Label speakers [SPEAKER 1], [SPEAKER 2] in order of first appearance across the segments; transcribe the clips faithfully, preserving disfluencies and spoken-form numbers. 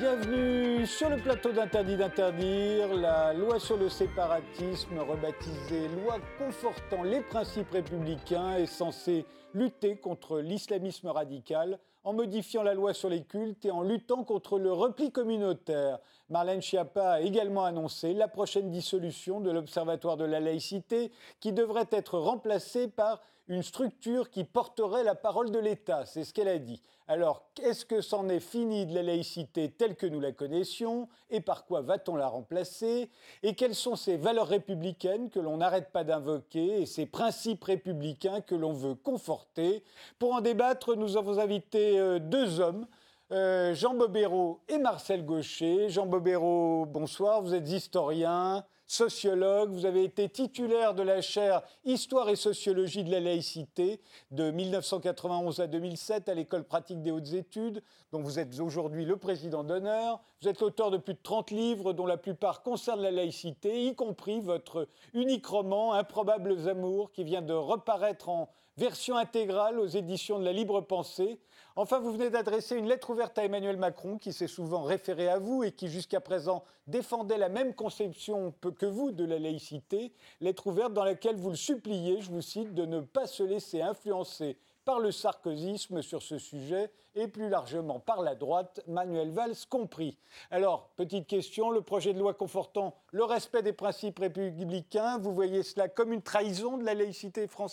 [SPEAKER 1] Bienvenue sur le plateau d'Interdit d'interdire. La loi sur le séparatisme, rebaptisée loi confortant les principes républicains, est censée lutter contre l'islamisme radical en modifiant la loi sur les cultes et en luttant contre le repli communautaire. Marlène Schiappa a également annoncé la prochaine dissolution de l'Observatoire de la laïcité qui devrait être remplacé par une structure qui porterait la parole de l'État. C'est ce qu'elle a dit. Alors, est-ce que c'en est fini de la laïcité telle que nous la connaissions et par quoi va-t-on la remplacer? Et quelles sont ces valeurs républicaines que l'on n'arrête pas d'invoquer et ces principes républicains que l'on veut conforter? Pour en débattre, nous avons invité euh, deux hommes, euh, Jean Bobéro et Marcel Gauchet. Jean Bobéro, bonsoir, vous êtes historien, sociologue, vous avez été titulaire de la chaire Histoire et sociologie de la laïcité de mille neuf cent quatre-vingt-onze à deux mille sept à l'École pratique des hautes études, dont vous êtes aujourd'hui le président d'honneur. Vous êtes l'auteur de plus de trente livres, dont la plupart concernent la laïcité, y compris votre unique roman Improbables amours, qui vient de reparaître en version intégrale aux éditions de la Libre Pensée. Enfin, vous venez d'adresser une lettre ouverte à Emmanuel Macron, qui s'est souvent référé à vous et qui, jusqu'à présent, défendait la même conception que vous de la laïcité. Lettre ouverte dans laquelle vous le suppliez, je vous cite, de ne pas se laisser influencer par le sarkozysme sur ce sujet et plus largement par la droite, Manuel Valls compris. Alors, petite question, le projet de loi confortant le respect des principes républicains, vous voyez cela comme une trahison de la laïcité française ?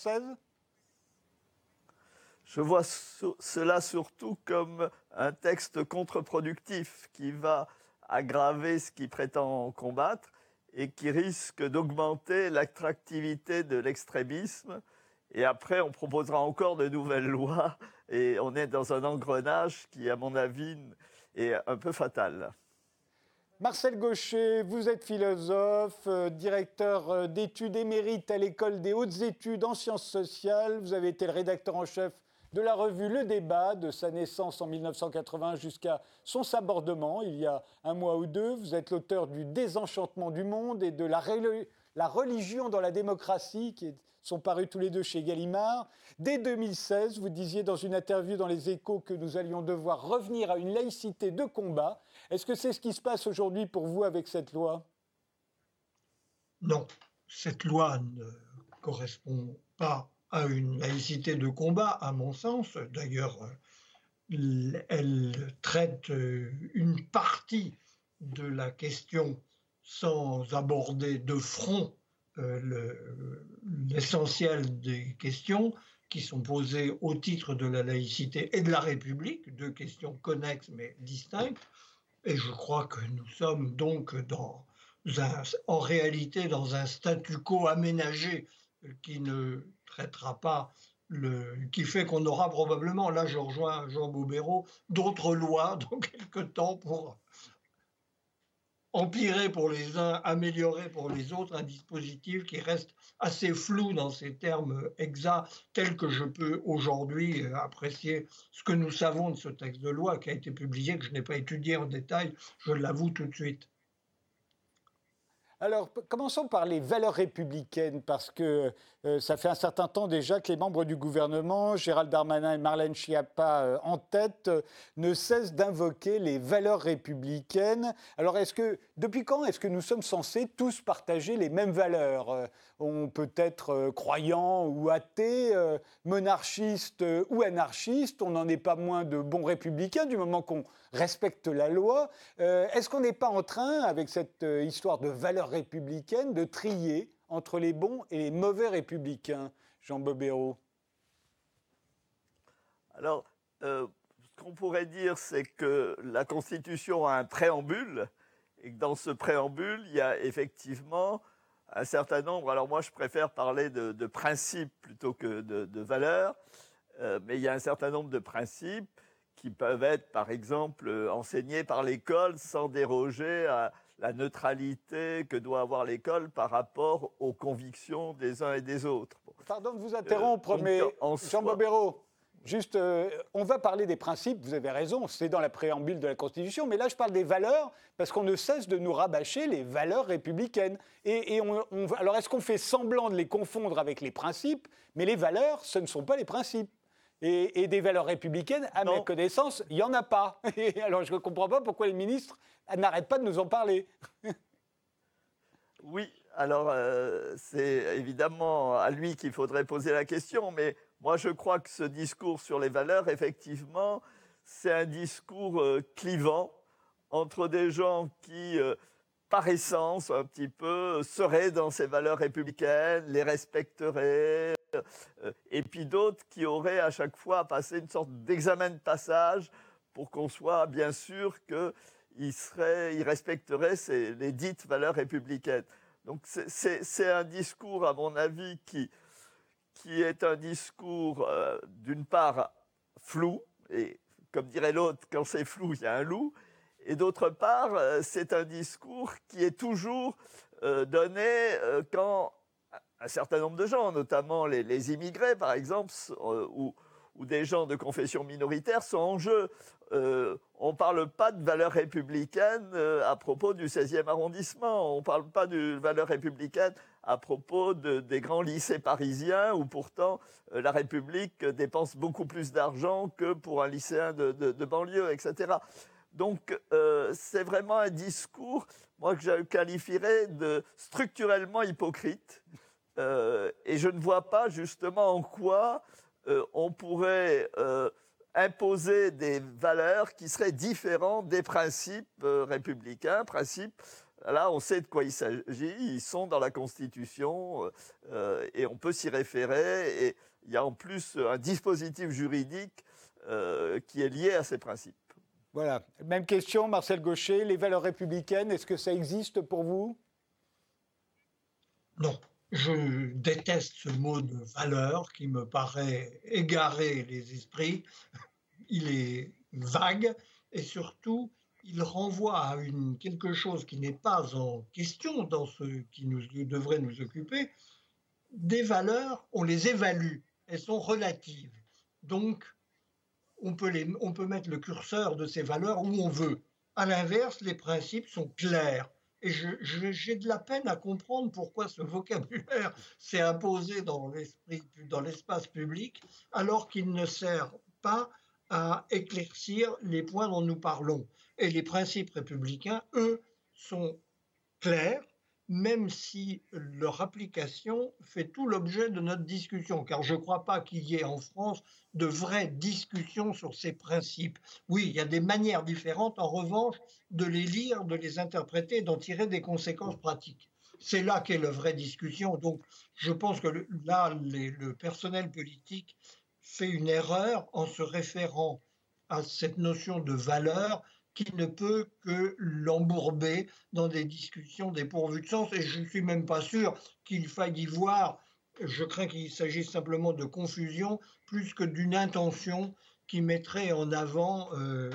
[SPEAKER 2] Je vois cela surtout comme un texte contre-productif qui va aggraver ce qu'il prétend combattre et qui risque d'augmenter l'attractivité de l'extrémisme. Et après, on proposera encore de nouvelles lois et on est dans un engrenage qui, à mon avis, est un peu fatal.
[SPEAKER 1] Marcel Gauchet, vous êtes philosophe, euh, directeur euh, d'études émérite à l'École des hautes études en sciences sociales. Vous avez été le rédacteur en chef de la revue Le Débat, de sa naissance en mille neuf cent quatre-vingts jusqu'à son sabordement, il y a un mois ou deux. Vous êtes l'auteur du Désenchantement du monde et de la, ré- la religion dans la démocratie, qui sont parus tous les deux chez Gallimard. Dès deux mille seize, vous disiez dans une interview dans Les Échos que nous allions devoir revenir à une laïcité de combat. Est-ce que c'est ce qui se passe aujourd'hui pour vous avec cette loi ?
[SPEAKER 3] Non, cette loi ne correspond pas à une laïcité de combat, à mon sens. D'ailleurs, elle traite une partie de la question sans aborder de front euh, le, l'essentiel des questions qui sont posées au titre de la laïcité et de la République, deux questions connexes mais distinctes. Et je crois que nous sommes donc dans un, en réalité dans un statu quo aménagé qui ne traitera pas, le, qui fait qu'on aura probablement, là je rejoins Jean Bobéro, d'autres lois dans quelques temps pour empirer pour les uns, améliorer pour les autres, un dispositif qui reste assez flou dans ses termes exacts, tels que je peux aujourd'hui apprécier ce que nous savons de ce texte de loi qui a été publié, que je n'ai pas étudié en détail, je l'avoue tout de suite.
[SPEAKER 1] Alors, commençons par les valeurs républicaines, parce que euh, ça fait un certain temps déjà que les membres du gouvernement, Gérald Darmanin et Marlène Schiappa euh, en tête, euh, ne cessent d'invoquer les valeurs républicaines. Alors, est-ce que, depuis quand est-ce que nous sommes censés tous partager les mêmes valeurs ? euh, On peut être euh, croyant ou athée, euh, monarchiste euh, ou anarchiste, on n'en est pas moins de bons républicains du moment qu'on respecte la loi. Euh, est-ce qu'on n'est pas en train, avec cette euh, histoire de valeurs républicaines, de trier entre les bons et les mauvais républicains, Jean Bobéro ?
[SPEAKER 2] Alors, euh, ce qu'on pourrait dire, c'est que la Constitution a un préambule, et que dans ce préambule, il y a effectivement un certain nombre, alors moi je préfère parler de, de principes plutôt que de, de valeurs, euh, mais il y a un certain nombre de principes qui peuvent être, par exemple, enseignés par l'école sans déroger à la neutralité que doit avoir l'école par rapport aux convictions des uns et des autres. Bon.
[SPEAKER 1] Pardon de vous interrompre, euh, donc, mais Jean
[SPEAKER 2] soi...
[SPEAKER 1] Bobéro, juste, euh, on va parler des principes, vous avez raison, c'est dans la préambule de la Constitution, mais là je parle des valeurs, parce qu'on ne cesse de nous rabâcher les valeurs républicaines. Et, et on, on, alors est-ce qu'on fait semblant de les confondre avec les principes, mais les valeurs, ce ne sont pas les principes. Et, et des valeurs républicaines, à
[SPEAKER 2] Non.
[SPEAKER 1] ma connaissance, il n'y en a pas. Et alors je ne comprends pas pourquoi les ministres n'arrêtent pas de nous en parler.
[SPEAKER 2] Oui, alors euh, c'est évidemment à lui qu'il faudrait poser la question, mais moi je crois que ce discours sur les valeurs, effectivement, c'est un discours euh, clivant entre des gens qui, euh, par essence, un petit peu, seraient dans ces valeurs républicaines, les respecteraient, euh, et puis d'autres qui auraient à chaque fois passé une sorte d'examen de passage pour qu'on soit bien sûr qu'ils seraient, ils respecteraient ces, les dites valeurs républicaines. Donc c'est, c'est, c'est un discours, à mon avis, qui, qui est un discours, euh, d'une part, flou, et comme dirait l'autre, quand c'est flou, il y a un loup, et d'autre part, euh, c'est un discours qui est toujours euh, donné euh, quand un certain nombre de gens, notamment les, les immigrés, par exemple, euh, ou, ou des gens de confession minoritaire, sont en jeu. Euh, on ne parle pas de valeurs républicaines euh, à propos du seizième arrondissement. On ne parle pas de valeurs républicaines à propos de, des grands lycées parisiens où pourtant euh, la République dépense beaucoup plus d'argent que pour un lycéen de, de, de banlieue, et cetera. Donc euh, c'est vraiment un discours, moi, que je qualifierais de structurellement hypocrite. Euh, et je ne vois pas justement en quoi euh, on pourrait euh, imposer des valeurs qui seraient différentes des principes euh, républicains. Principes, là, on sait de quoi il s'agit, ils sont dans la Constitution euh, et on peut s'y référer. Et il y a en plus un dispositif juridique euh, qui est lié à ces principes.
[SPEAKER 1] Voilà. Même question, Marcel Gauchet. Les valeurs républicaines, est-ce que ça existe pour vous ?
[SPEAKER 3] Non. Je déteste ce mot de valeur qui me paraît égarer les esprits. Il est vague et surtout, il renvoie à une, quelque chose qui n'est pas en question dans ce qui nous, devrait nous occuper. Des valeurs, on les évalue, elles sont relatives. Donc, on peut, les, on peut mettre le curseur de ces valeurs où on veut. À l'inverse, les principes sont clairs. Et je, je, j'ai de la peine à comprendre pourquoi ce vocabulaire s'est imposé dans, l'esprit, dans l'espace public, alors qu'il ne sert pas à éclaircir les points dont nous parlons. Et les principes républicains, eux, sont clairs, même si leur application fait tout l'objet de notre discussion, car je ne crois pas qu'il y ait en France de vraies discussions sur ces principes. Oui, il y a des manières différentes, en revanche, de les lire, de les interpréter, d'en tirer des conséquences pratiques. C'est là qu'est la vraie discussion. Donc, je pense que le, là, les, le personnel politique fait une erreur en se référant à cette notion de valeur qui ne peut que l'embourber dans des discussions dépourvues de sens. Et je ne suis même pas sûr qu'il faille y voir, je crains qu'il s'agisse simplement de confusion, plus que d'une intention qui mettrait en avant euh,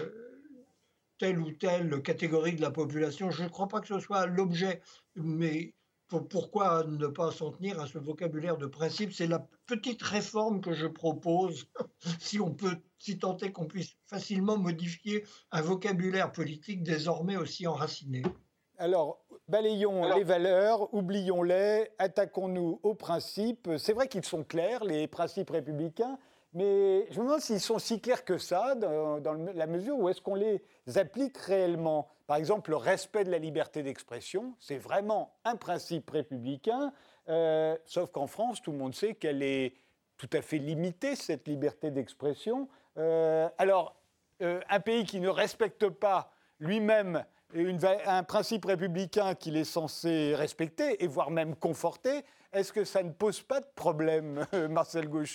[SPEAKER 3] telle ou telle catégorie de la population. Je ne crois pas que ce soit l'objet, mais pourquoi ne pas s'en tenir à ce vocabulaire de principe ? C'est la petite réforme que je propose, si on peut, si tant est qu'on puisse facilement modifier un vocabulaire politique désormais aussi enraciné.
[SPEAKER 1] Alors, balayons
[SPEAKER 3] Alors,
[SPEAKER 1] les valeurs, oublions-les, attaquons-nous aux principes. C'est vrai qu'ils sont clairs, les principes républicains, mais je me demande s'ils sont si clairs que ça, dans, dans la mesure où est-ce qu'on les applique réellement. Par exemple, le respect de la liberté d'expression, c'est vraiment un principe républicain, euh, sauf qu'en France, tout le monde sait qu'elle est tout à fait limitée, cette liberté d'expression. Euh, alors, euh, un pays qui ne respecte pas lui-même une, un principe républicain qu'il est censé respecter, et voire même conforter, est-ce que ça ne pose pas de problème, Marcel Gauchet ?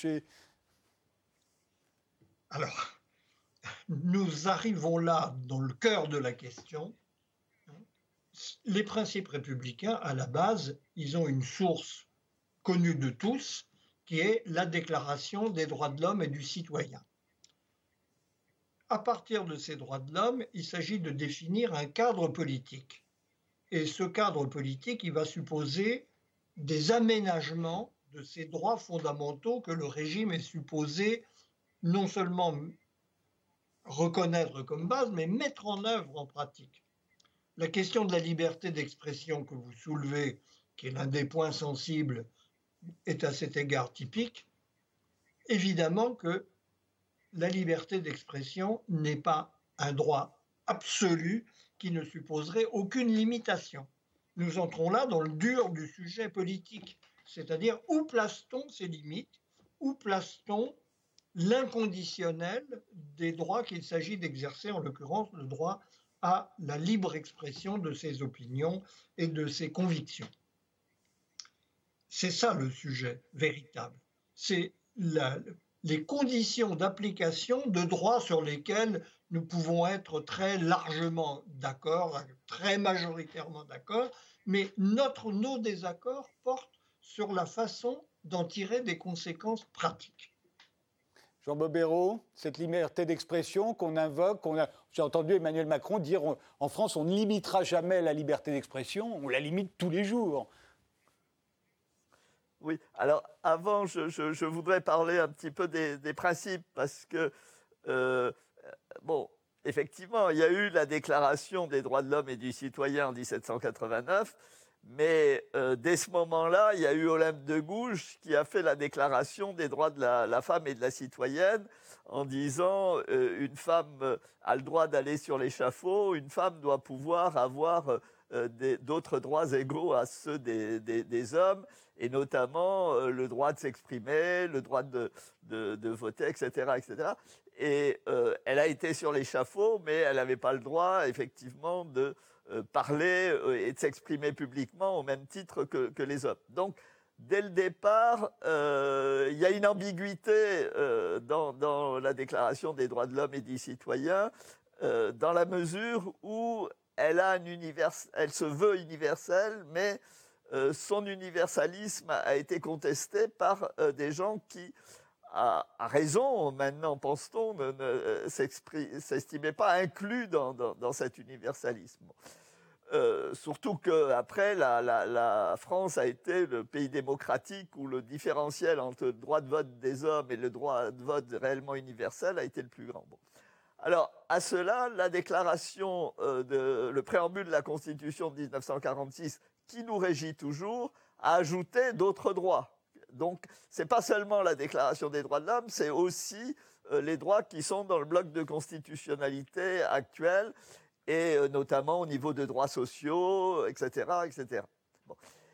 [SPEAKER 3] Alors, nous arrivons là dans le cœur de la question. Les principes républicains, à la base, ils ont une source connue de tous, qui est la Déclaration des droits de l'homme et du citoyen. À partir de ces droits de l'homme, il s'agit de définir un cadre politique. Et ce cadre politique, il va supposer des aménagements de ces droits fondamentaux que le régime est supposé non seulement reconnaître comme base, mais mettre en œuvre en pratique. La question de la liberté d'expression que vous soulevez, qui est l'un des points sensibles, est à cet égard typique. Évidemment que la liberté d'expression n'est pas un droit absolu qui ne supposerait aucune limitation. Nous entrons là dans le dur du sujet politique, c'est-à-dire où place-t-on ces limites, où place-t-on l'inconditionnel des droits qu'il s'agit d'exercer, en l'occurrence le droit à la libre expression de ses opinions et de ses convictions. C'est ça le sujet véritable. C'est la, les conditions d'application de droits sur lesquels nous pouvons être très largement d'accord, très majoritairement d'accord, mais notre, nos désaccords portent sur la façon d'en tirer des conséquences pratiques.
[SPEAKER 1] Jean Bobéro, cette liberté d'expression qu'on invoque, qu'on a, j'ai entendu Emmanuel Macron dire on, en France on ne limitera jamais la liberté d'expression, on la limite tous les jours.
[SPEAKER 2] Oui, alors avant, je, je, je voudrais parler un petit peu des, des principes, parce que, euh, bon, effectivement, il y a eu la Déclaration des droits de l'homme et du citoyen en dix-sept cent quatre-vingt-neuf, mais euh, dès ce moment-là, il y a eu Olympe de Gouges qui a fait la Déclaration des droits de la, la femme et de la citoyenne en disant euh, une femme a le droit d'aller sur l'échafaud, une femme doit pouvoir avoir euh, des, d'autres droits égaux à ceux des, des, des hommes, et notamment euh, le droit de s'exprimer, le droit de, de, de voter, et cetera, et cetera. Et euh, elle a été sur l'échafaud, mais elle n'avait pas le droit, effectivement, de euh, parler euh, et de s'exprimer publiquement au même titre que, que les hommes. Donc, dès le départ, euh, il y a une ambiguïté euh, dans, dans la Déclaration des droits de l'homme et du citoyen, euh, dans la mesure où elle, a un univers, elle se veut universelle, mais euh, son universalisme a été contesté par euh, des gens qui, à, à raison, maintenant pense-t-on, ne, ne s'estimaient pas inclus dans, dans, dans cet universalisme. Euh, surtout qu'après, la, la, la France a été le pays démocratique où le différentiel entre le droit de vote des hommes et le droit de vote réellement universel a été le plus grand. Bon. Alors, à cela, la déclaration, euh, de, le préambule de la Constitution de dix-neuf cent quarante-six, qui nous régit toujours, a ajouté d'autres droits. Donc, ce n'est pas seulement la Déclaration des droits de l'homme, c'est aussi euh, les droits qui sont dans le bloc de constitutionnalité actuel, et euh, notamment au niveau de droits sociaux, et cetera, et cetera. Bon.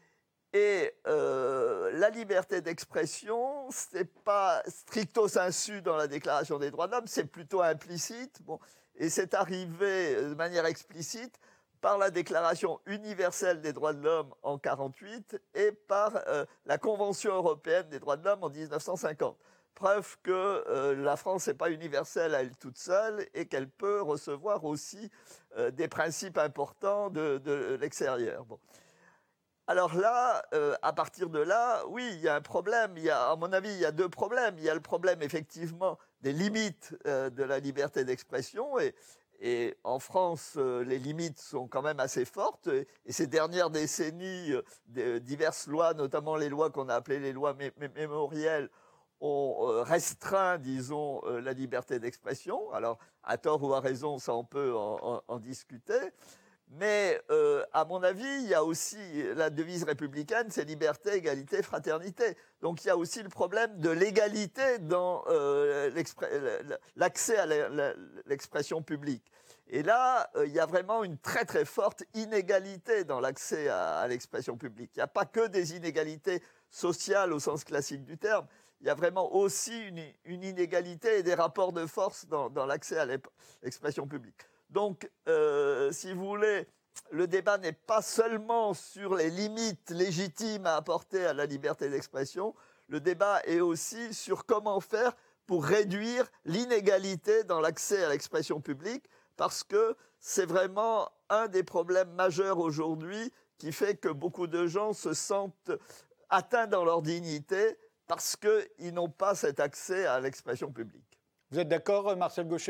[SPEAKER 2] Et euh, la liberté d'expression, ce n'est pas stricto sensu dans la Déclaration des droits de l'homme, c'est plutôt implicite. Bon, et c'est arrivé de manière explicite par la Déclaration universelle des droits de l'homme en mille neuf cent quarante-huit et par euh, la Convention européenne des droits de l'homme en dix-neuf cent cinquante. Preuve que euh, la France n'est pas universelle à elle toute seule et qu'elle peut recevoir aussi euh, des principes importants de, de l'extérieur. Bon. Alors là, euh, à partir de là, oui, il y a un problème. Il y a, à mon avis, il y a deux problèmes. Il y a le problème, effectivement, des limites euh, de la liberté d'expression. Et, et en France, euh, les limites sont quand même assez fortes. Et, et ces dernières décennies, euh, de, diverses lois, notamment les lois qu'on a appelées les lois mé- mé- mémorielles, ont euh, restreint, disons, euh, la liberté d'expression. Alors, à tort ou à raison, ça on peut en, en, en discuter. Mais, euh, à mon avis, il y a aussi la devise républicaine, c'est liberté, égalité, fraternité. Donc, il y a aussi le problème de l'égalité dans euh, l'accès à l'expression publique. Et là, euh, il y a vraiment une très très forte inégalité dans l'accès à, à l'expression publique. Il n'y a pas que des inégalités sociales au sens classique du terme. Il y a vraiment aussi une, une inégalité et des rapports de force dans, dans l'accès à l'expression publique. Donc, euh, si vous voulez, le débat n'est pas seulement sur les limites légitimes à apporter à la liberté d'expression, le débat est aussi sur comment faire pour réduire l'inégalité dans l'accès à l'expression publique, parce que c'est vraiment un des problèmes majeurs aujourd'hui qui fait que beaucoup de gens se sentent atteints dans leur dignité parce qu'ils n'ont pas cet accès à l'expression publique.
[SPEAKER 1] Vous êtes d'accord, Marcel Gauchet ?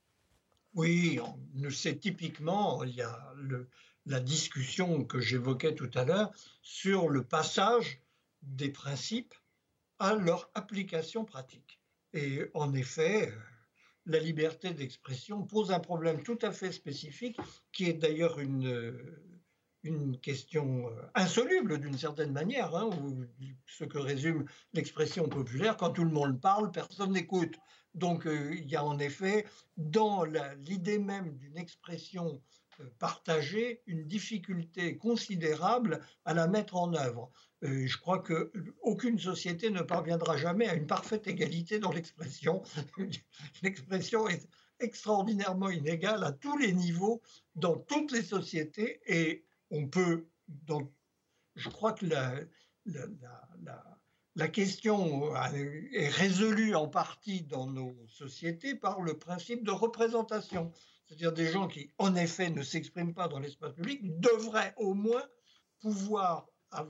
[SPEAKER 3] Oui, c'est typiquement, il y a le, la discussion que j'évoquais tout à l'heure sur le passage des principes à leur application pratique. Et en effet, la liberté d'expression pose un problème tout à fait spécifique, qui est d'ailleurs une, une question insoluble d'une certaine manière, hein, ou ce que résume l'expression populaire, quand tout le monde parle, personne n'écoute. Donc euh, il y a en effet, dans la, l'idée même d'une expression euh, partagée, une difficulté considérable à la mettre en œuvre. Euh, je crois qu'aucune société ne parviendra jamais à une parfaite égalité dans l'expression. L'expression est extraordinairement inégale à tous les niveaux, dans toutes les sociétés, et on peut, dans, je crois que la, la, la, la la question est résolue en partie dans nos sociétés par le principe de représentation. C'est-à-dire des gens qui, en effet, ne s'expriment pas dans l'espace public devraient au moins pouvoir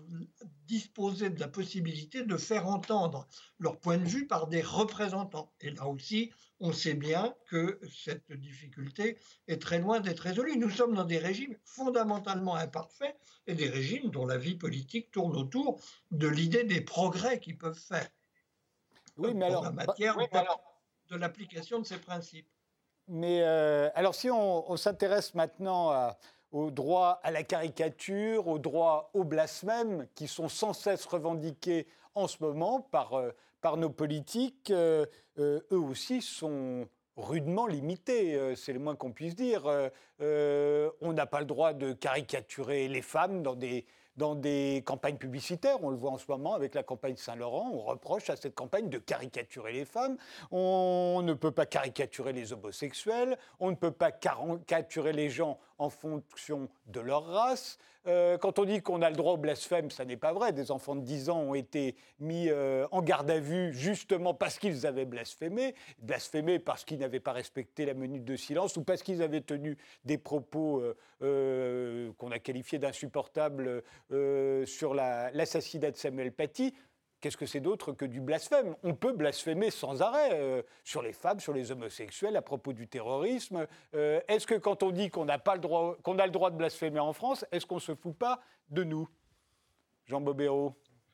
[SPEAKER 3] disposer de la possibilité de faire entendre leur point de vue par des représentants. Et là aussi, on sait bien que cette difficulté est très loin d'être résolue. Nous sommes dans des régimes fondamentalement imparfaits et des régimes dont la vie politique tourne autour de l'idée des progrès qu'ils peuvent faire
[SPEAKER 1] oui, mais
[SPEAKER 3] dans
[SPEAKER 1] alors,
[SPEAKER 3] la matière
[SPEAKER 1] bah, oui,
[SPEAKER 3] de, alors, de l'application de ces principes.
[SPEAKER 1] Mais euh, alors si on, on s'intéresse maintenant à, au droit à la caricature, au droit au blasphème, qui sont sans cesse revendiqués en ce moment par, euh, par nos politiques, euh, euh, eux aussi sont rudement limités, euh, c'est le moins qu'on puisse dire. Euh, euh, on n'a pas le droit de caricaturer les femmes dans des... dans des campagnes publicitaires, on le voit en ce moment avec la campagne Saint-Laurent, on reproche à cette campagne de caricaturer les femmes, on ne peut pas caricaturer les homosexuels, on ne peut pas caricaturer les gens en fonction de leur race. Euh, quand on dit qu'on a le droit au blasphème, ça n'est pas vrai. Des enfants de dix ans ont été mis euh, en garde à vue justement parce qu'ils avaient blasphémé, blasphémé parce qu'ils n'avaient pas respecté la minute de silence ou parce qu'ils avaient tenu des propos euh, euh, qu'on a qualifiés d'insupportables euh, sur la, l'assassinat de Samuel Paty. Qu'est-ce que c'est d'autre que du blasphème ? On peut blasphémer sans arrêt euh, sur les femmes, sur les homosexuels, à propos du terrorisme. Euh, est-ce que quand on dit qu'on n'a pas le droit, qu'on a le droit de blasphémer en France, est-ce qu'on ne se fout pas de nous ? Jean Bobéro.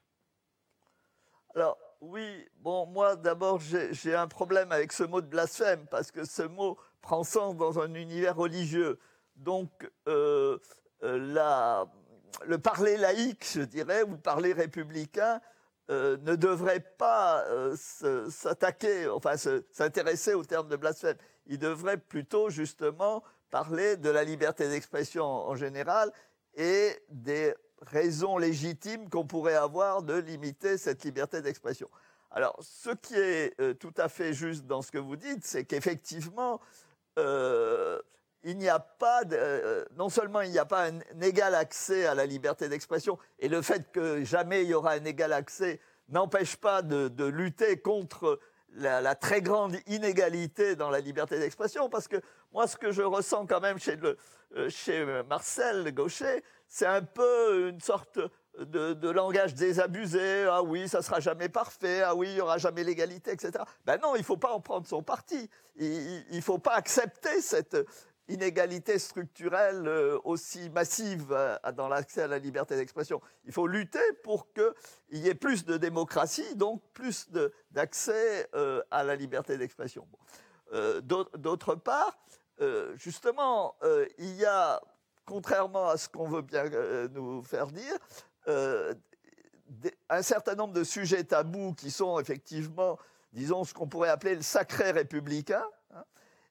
[SPEAKER 2] Alors, oui, bon, moi, d'abord, j'ai, j'ai un problème avec ce mot de blasphème, parce que ce mot prend sens dans un univers religieux. Donc, euh, euh, la, le parler laïque, je dirais, ou le parler républicain, Euh, ne devrait pas euh, se, s'attaquer, enfin se, s'intéresser au terme de blasphème. Il devrait plutôt justement parler de la liberté d'expression en général et des raisons légitimes qu'on pourrait avoir de limiter cette liberté d'expression. Alors, ce qui est euh, tout à fait juste dans ce que vous dites, c'est qu'effectivement, euh, il n'y a pas de, euh, non seulement il n'y a pas un, un égal accès à la liberté d'expression, et le fait que jamais il y aura un égal accès n'empêche pas de, de lutter contre la, la très grande inégalité dans la liberté d'expression, parce que moi, ce que je ressens quand même chez, le, euh, chez Marcel Gauchet, c'est un peu une sorte de, de langage désabusé. Ah oui, ça sera jamais parfait. Ah oui, il y aura jamais l'égalité, et cetera. Ben non, il faut pas en prendre son parti. Il, il faut pas accepter cette inégalité structurelle aussi massive dans l'accès à la liberté d'expression. Il faut lutter pour qu'il y ait plus de démocratie, donc plus de, d'accès euh, à la liberté d'expression. Bon. Euh, d'autre, d'autre part, euh, justement, euh, il y a, contrairement à ce qu'on veut bien euh, nous faire dire, euh, des, un certain nombre de sujets tabous qui sont effectivement, disons, ce qu'on pourrait appeler le sacré républicain, hein,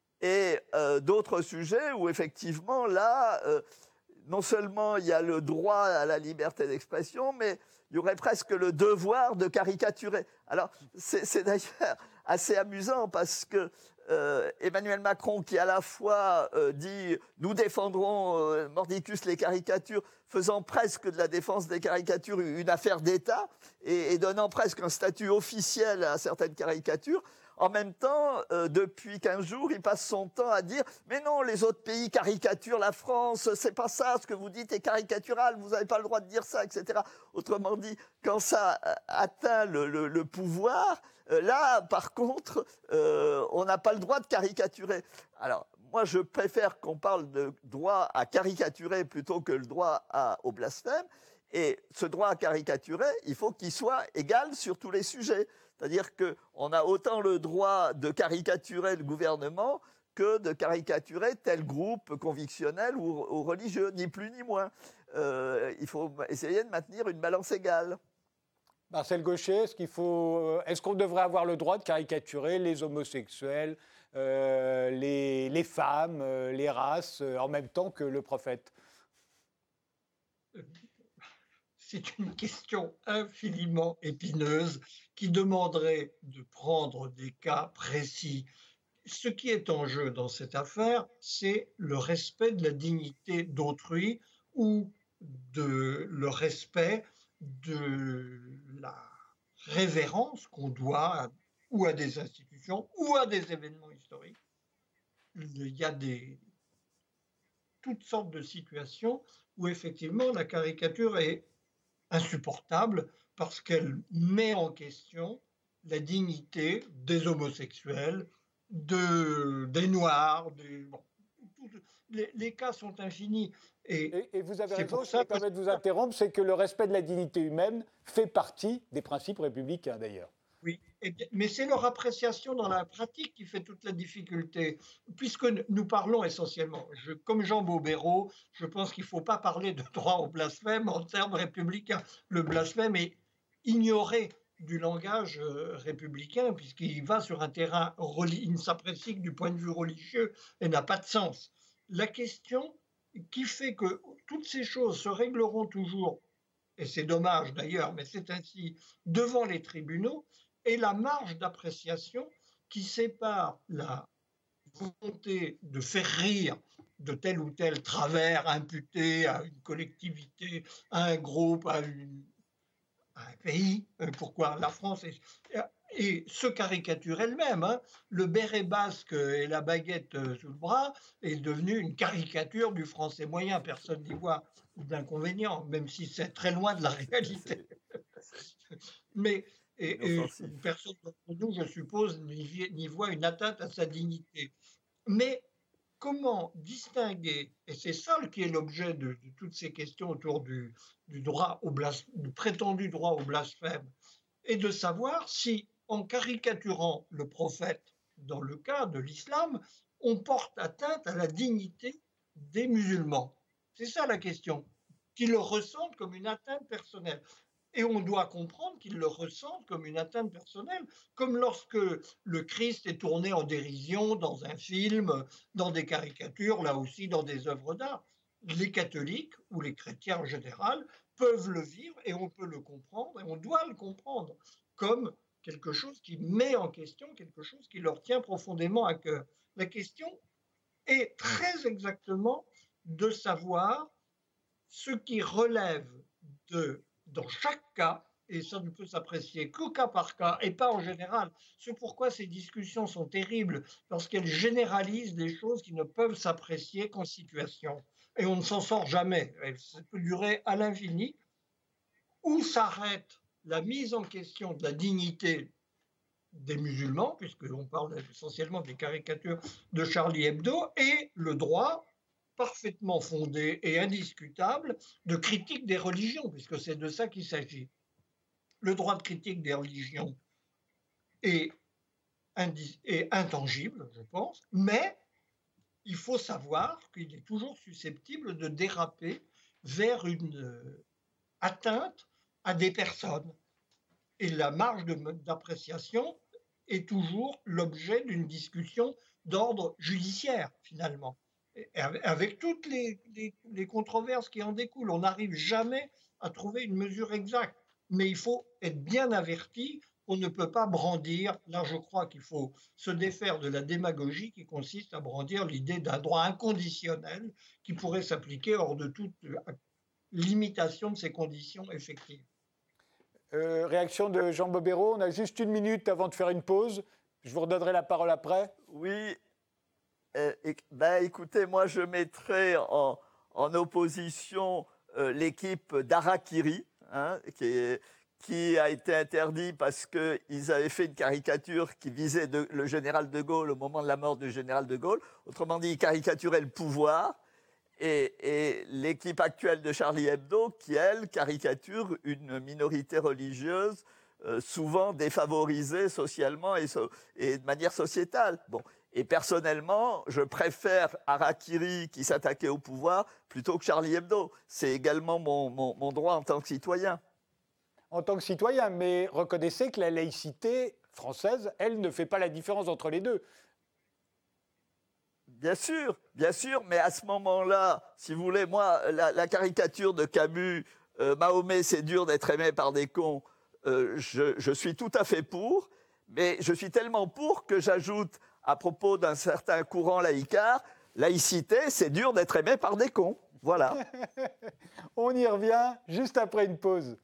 [SPEAKER 2] et euh, d'autres sujets où, effectivement, là, euh, non seulement il y a le droit à la liberté d'expression, mais il y aurait presque le devoir de caricaturer. Alors, c'est, c'est d'ailleurs assez amusant parce que euh, Emmanuel Macron, qui à la fois euh, dit « nous défendrons euh, mordicus les caricatures », faisant presque de la défense des caricatures une affaire d'État et, et donnant presque un statut officiel à certaines caricatures, en même temps, euh, depuis quinze jours, il passe son temps à dire « Mais non, les autres pays caricaturent la France, c'est pas ça, ce que vous dites est caricatural, vous n'avez pas le droit de dire ça, et cetera » Autrement dit, quand ça atteint le, le, le pouvoir, euh, là, par contre, euh, on n'a pas le droit de caricaturer. Alors, moi, je préfère qu'on parle de droit à caricaturer plutôt que le droit à, au blasphème. Et ce droit à caricaturer, il faut qu'il soit égal sur tous les sujets. C'est-à-dire qu'on a autant le droit de caricaturer le gouvernement que de caricaturer tel groupe convictionnel ou, ou religieux, ni plus ni moins. Euh, il faut essayer de maintenir une balance égale.
[SPEAKER 1] Marcel Gauchet, est-ce qu'il faut, est-ce qu'on devrait avoir le droit de caricaturer les homosexuels, euh, les, les femmes, euh, les races, euh, en même temps que le prophète ?
[SPEAKER 3] C'est une question infiniment épineuse qui demanderait de prendre des cas précis. Ce qui est en jeu dans cette affaire, c'est le respect de la dignité d'autrui ou de, le respect de la révérence qu'on doit à, ou à des institutions ou à des événements historiques. Il y a des, toutes sortes de situations où effectivement la caricature est insupportable parce qu'elle met en question la dignité des homosexuels, de, des Noirs, des, bon, tout, les, les cas sont infinis.
[SPEAKER 1] Et, et, et vous avez
[SPEAKER 3] c'est
[SPEAKER 1] raison,
[SPEAKER 3] pour
[SPEAKER 1] je
[SPEAKER 3] ça
[SPEAKER 1] me permets de vous interrompre, c'est que le respect de la dignité humaine fait partie des principes républicains d'ailleurs.
[SPEAKER 3] Oui, mais c'est leur appréciation dans la pratique qui fait toute la difficulté. Puisque nous parlons essentiellement, je, comme Jean Bobéro, je pense qu'il ne faut pas parler de droit au blasphème en termes républicains. Le blasphème est ignoré du langage républicain puisqu'il va sur un terrain, il ne s'apprécie que du point de vue religieux et n'a pas de sens. La question qui fait que toutes ces choses se régleront toujours, et c'est dommage d'ailleurs, mais c'est ainsi, devant les tribunaux, et la marge d'appréciation qui sépare la volonté de faire rire de tel ou tel travers imputé à une collectivité, à un groupe, à, une, à un pays, pourquoi la France est, et se caricature elle-même. Hein. Le béret basque et la baguette sous le bras est devenu une caricature du français moyen. Personne n'y voit d'inconvénient, même si c'est très loin de la réalité. Mais Et, et personne d'entre nous, je suppose, n'y voit une atteinte à sa dignité. Mais comment distinguer, et c'est ça qui est l'objet de, de toutes ces questions autour du, du, droit au blas, du prétendu droit au blasphème, et de savoir si, en caricaturant le prophète, dans le cas de l'islam, on porte atteinte à la dignité des musulmans. C'est ça la question, qui le ressentent comme une atteinte personnelle. Et on doit comprendre qu'ils le ressentent comme une atteinte personnelle, comme lorsque le Christ est tourné en dérision dans un film, dans des caricatures, là aussi dans des œuvres d'art. Les catholiques, ou les chrétiens en général, peuvent le vivre et on peut le comprendre, et on doit le comprendre, comme quelque chose qui met en question, quelque chose qui leur tient profondément à cœur. La question est très exactement de savoir ce qui relève de dans chaque cas, et ça ne peut s'apprécier qu'au cas par cas et pas en général. C'est pourquoi ces discussions sont terribles, parce qu'elles généralisent des choses qui ne peuvent s'apprécier qu'en situation. Et on ne s'en sort jamais. Ça peut durer à l'infini. Où s'arrête la mise en question de la dignité des musulmans, puisqu'on parle essentiellement des caricatures de Charlie Hebdo, et le droit parfaitement fondé et indiscutable de critique des religions, puisque c'est de ça qu'il s'agit. Le droit de critique des religions est, est intangible, je pense, mais il faut savoir qu'il est toujours susceptible de déraper vers une atteinte à des personnes. Et la marge d'appréciation est toujours l'objet d'une discussion d'ordre judiciaire, finalement. Avec toutes les, les, les controverses qui en découlent, on n'arrive jamais à trouver une mesure exacte. Mais il faut être bien averti qu'on ne peut pas brandir. Là, je crois qu'il faut se défaire de la démagogie qui consiste à brandir l'idée d'un droit inconditionnel qui pourrait s'appliquer hors de toute limitation de ces conditions effectives.
[SPEAKER 1] Euh, réaction de Jean Bobéro. On a juste une minute avant de faire une pause. Je vous redonnerai la parole après.
[SPEAKER 2] Oui. Euh, ben, écoutez, moi je mettrais en, en opposition euh, l'équipe d'Harakiri, hein, qui, est, qui a été interdit parce qu'ils avaient fait une caricature qui visait de, le général de Gaulle au moment de la mort du général de Gaulle. Autrement dit, ils caricaturaient le pouvoir. Et, et l'équipe actuelle de Charlie Hebdo, qui, elle, caricature une minorité religieuse euh, souvent défavorisée socialement et, so, et de manière sociétale. Bon. Et personnellement, je préfère Harakiri qui s'attaquait au pouvoir plutôt que Charlie Hebdo. C'est également mon, mon, mon droit en tant que citoyen.
[SPEAKER 1] en tant que citoyen, mais reconnaissez que la laïcité française, elle, ne fait pas la différence entre les deux.
[SPEAKER 2] Bien sûr, bien sûr, mais à ce moment-là, si vous voulez, moi, la, la caricature de Camus, euh, Mahomet, c'est dur d'être aimé par des cons, euh, je, je suis tout à fait pour, mais je suis tellement pour que j'ajoute, à propos d'un certain courant laïcard, laïcité, c'est dur d'être aimé par des cons. Voilà.
[SPEAKER 1] On y revient juste après une pause.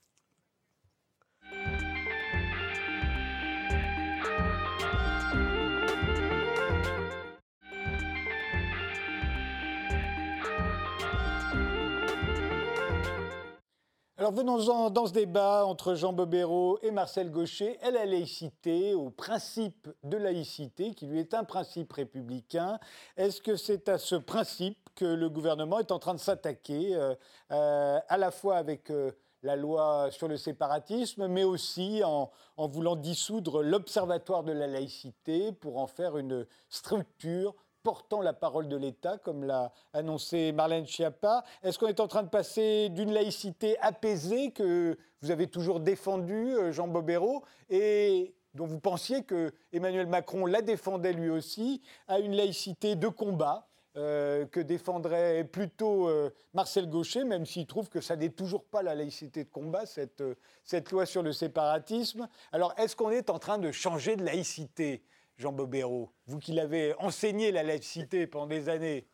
[SPEAKER 1] Alors venons-en dans ce débat entre Jean Bobéro et Marcel Gauchet et la laïcité, au principe de laïcité, qui lui est un principe républicain. Est-ce que c'est à ce principe que le gouvernement est en train de s'attaquer, euh, euh, à la fois avec euh, la loi sur le séparatisme, mais aussi en, en voulant dissoudre l'Observatoire de la laïcité pour en faire une structure portant la parole de l'État, comme l'a annoncé Marlène Schiappa? Est-ce qu'on est en train de passer d'une laïcité apaisée que vous avez toujours défendue, Jean Bobéro, et dont vous pensiez que Emmanuel Macron la défendait lui aussi, à une laïcité de combat euh, que défendrait plutôt euh, Marcel Gauchet, même s'il trouve que ça n'est toujours pas la laïcité de combat, cette, euh, cette loi sur le séparatisme? Alors, est-ce qu'on est en train de changer de laïcité, Jean Bobéro, vous qui l'avez enseigné la laïcité pendant des années?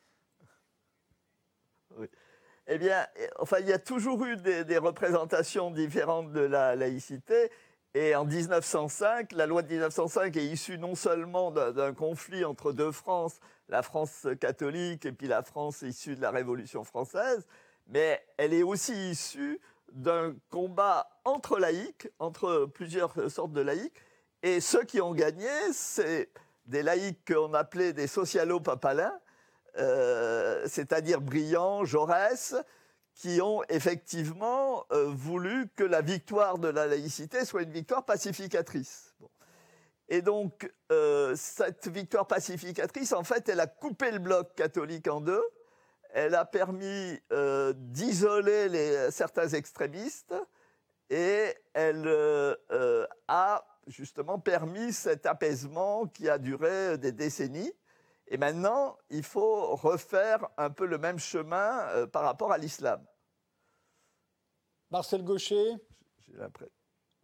[SPEAKER 2] Oui. Eh bien, enfin, il y a toujours eu des, des représentations différentes de la laïcité. Et en mille neuf cent cinq, la loi de mille neuf cent cinq est issue non seulement d'un, d'un conflit entre deux France, la France catholique et puis la France issue de la Révolution française, mais elle est aussi issue d'un combat entre laïcs, entre plusieurs sortes de laïcs. Et ceux qui ont gagné, c'est des laïcs qu'on appelait des socialo-papalins, euh, c'est-à-dire Briand, Jaurès, qui ont effectivement euh, voulu que la victoire de la laïcité soit une victoire pacificatrice. Bon. Et donc, euh, cette victoire pacificatrice, en fait, elle a coupé le bloc catholique en deux. Elle a permis euh, d'isoler les, certains extrémistes et elle euh, euh, a justement permis cet apaisement qui a duré des décennies. Et maintenant, il faut refaire un peu le même chemin euh, par rapport à l'islam.
[SPEAKER 1] Marcel Gauchet?
[SPEAKER 2] J'ai l'impression.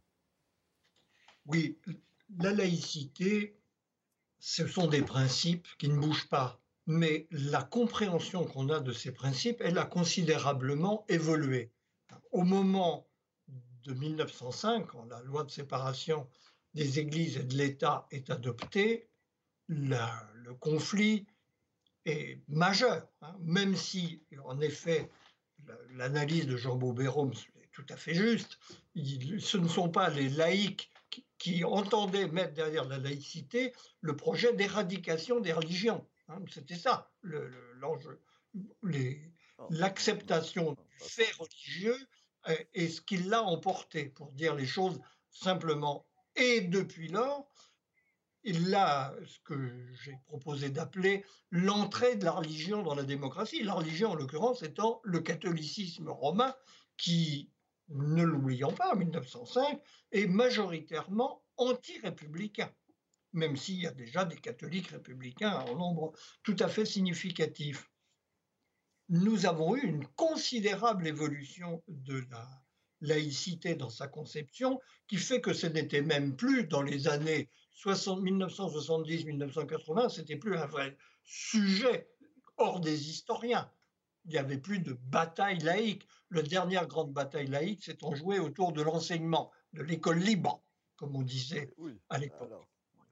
[SPEAKER 3] Oui, la laïcité, ce sont des principes qui ne bougent pas. Mais la compréhension qu'on a de ces principes, elle a considérablement évolué. Au moment de mille neuf cent cinq, quand la loi de séparation des églises et de l'État est adoptée, la, le conflit est majeur, hein, même si, en effet, l'analyse de Jean Bobéro est tout à fait juste. Il, ce ne sont pas les laïcs qui, qui entendaient mettre derrière la laïcité le projet d'éradication des religions. Hein, c'était ça le, le, l'enjeu. Les, l'acceptation du fait religieux est ce qui l'a emporté, pour dire les choses simplement. Et depuis lors, il a ce que j'ai proposé d'appeler l'entrée de la religion dans la démocratie. La religion, en l'occurrence, étant le catholicisme romain, qui, ne l'oublions pas, en mille neuf cent cinq, est majoritairement anti-républicain, même s'il y a déjà des catholiques républicains en nombre tout à fait significatif. Nous avons eu une considérable évolution de la laïcité dans sa conception, qui fait que ce n'était même plus dans les années mille neuf cent soixante-dix mille neuf cent quatre-vingts, c'était plus un vrai sujet hors des historiens. Il n'y avait plus de bataille laïque. La dernière grande bataille laïque s'est enjouée autour de l'enseignement, de l'école libre, comme on disait
[SPEAKER 2] oui,
[SPEAKER 3] à l'époque.
[SPEAKER 2] Alors.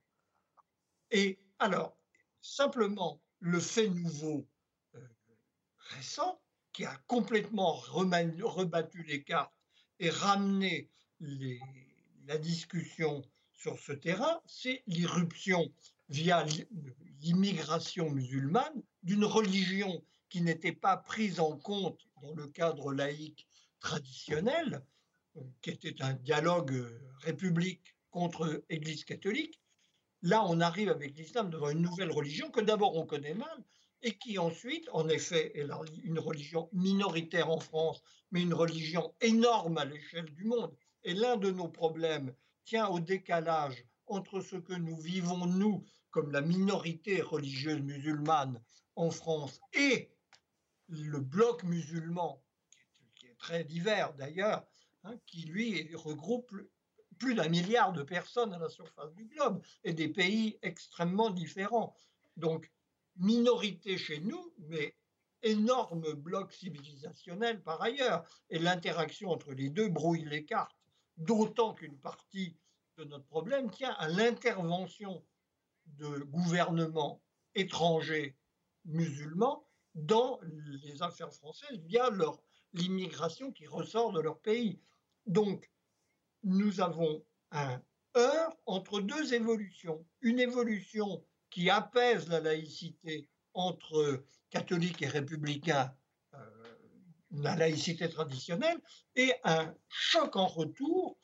[SPEAKER 3] Et alors, simplement, le fait nouveau euh, récent, qui a complètement rebattu les cartes et ramené les, la discussion sur ce terrain, c'est l'irruption via l'immigration musulmane d'une religion qui n'était pas prise en compte dans le cadre laïque traditionnel, qui était un dialogue république contre Église catholique. Là, on arrive avec l'islam devant une nouvelle religion que d'abord on connaît mal, et qui ensuite, en effet, est une religion minoritaire en France, mais une religion énorme à l'échelle du monde, Et l'un de nos problèmes tient au décalage entre ce que nous vivons, nous, comme la minorité religieuse musulmane en France, et le bloc musulman, qui est très divers d'ailleurs, hein, qui lui regroupe plus d'un milliard de personnes à la surface du globe et des pays extrêmement différents. Donc, minorité chez nous, mais énorme bloc civilisationnel par ailleurs. Et l'interaction entre les deux brouille les cartes, d'autant qu'une partie de notre problème tient à l'intervention de gouvernements étrangers musulmans dans les affaires françaises via leur, l'immigration qui ressort de leur pays. Donc, nous avons un heurt entre deux évolutions. Une évolution qui apaise la laïcité entre catholiques et républicains, euh, la laïcité traditionnelle, et un choc en retour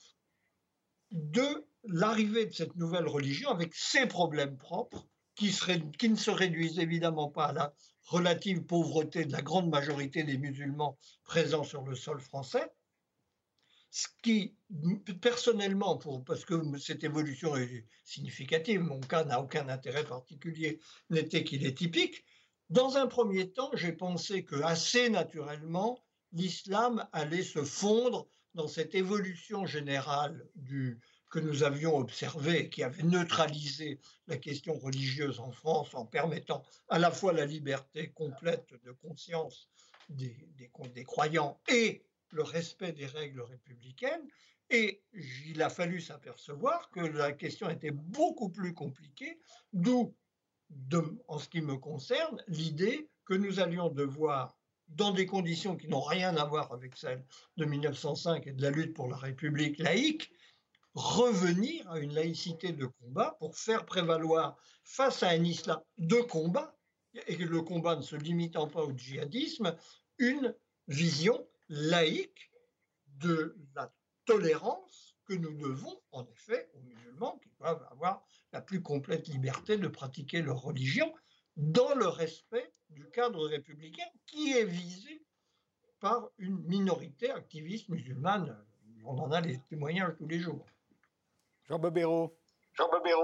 [SPEAKER 3] de l'arrivée de cette nouvelle religion avec ses problèmes propres, qui, serait, qui ne se réduisent évidemment pas à la relative pauvreté de la grande majorité des musulmans présents sur le sol français, ce qui, personnellement, pour, parce que cette évolution est significative, mon cas n'a aucun intérêt particulier, n'était qu'il est typique. Dans un premier temps, j'ai pensé que assez naturellement, l'islam allait se fondre dans cette évolution générale du, que nous avions observée, qui avait neutralisé la question religieuse en France en permettant à la fois la liberté complète de conscience des, des, des croyants et le respect des règles républicaines, et il a fallu s'apercevoir que la question était beaucoup plus compliquée, d'où, de, en ce qui me concerne, l'idée que nous allions devoir, dans des conditions qui n'ont rien à voir avec celles de mille neuf cent cinq et de la lutte pour la République laïque, revenir à une laïcité de combat pour faire prévaloir face à un islam de combat, et le combat ne se limitant pas au djihadisme, une vision laïque de la tolérance que nous devons en effet aux musulmans qui doivent avoir la plus complète liberté de pratiquer leur religion dans le respect du cadre républicain qui est visé par une minorité activiste musulmane. On en a les témoignages tous les jours.
[SPEAKER 1] Jean Bobéro.
[SPEAKER 3] Jean Bobéro.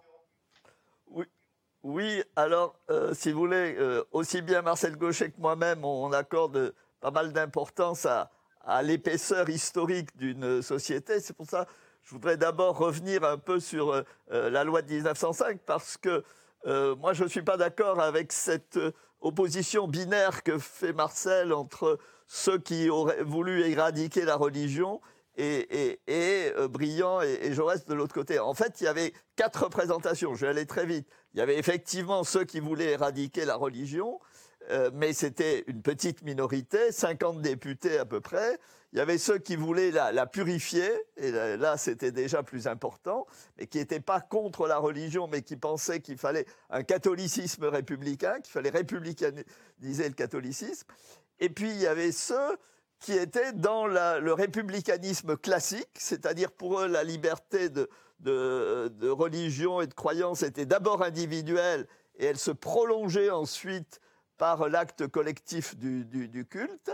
[SPEAKER 2] Oui. Oui, alors, euh, si vous voulez, euh, aussi bien Marcel Gauchet que moi-même, on accorde pas mal d'importance à, à l'épaisseur historique d'une société. C'est pour ça que je voudrais d'abord revenir un peu sur euh, la loi de dix-neuf cent cinq, parce que euh, moi, je ne suis pas d'accord avec cette opposition binaire que fait Marcel entre ceux qui auraient voulu éradiquer la religion et, et, et euh, Briand et, et Jaurès de l'autre côté. En fait, il y avait quatre représentations. Je vais aller très vite. Il y avait effectivement ceux qui voulaient éradiquer la religion, euh, mais c'était une petite minorité, cinquante députés à peu près. Il y avait ceux qui voulaient la, la purifier, et là, là c'était déjà plus important, mais qui n'étaient pas contre la religion, mais qui pensaient qu'il fallait un catholicisme républicain, qu'il fallait républicaniser le catholicisme. Et puis il y avait ceux qui étaient dans la, le républicanisme classique, c'est-à-dire pour eux la liberté de, de, de religion et de croyance était d'abord individuelle et elle se prolongeait ensuite par l'acte collectif du, du, du culte.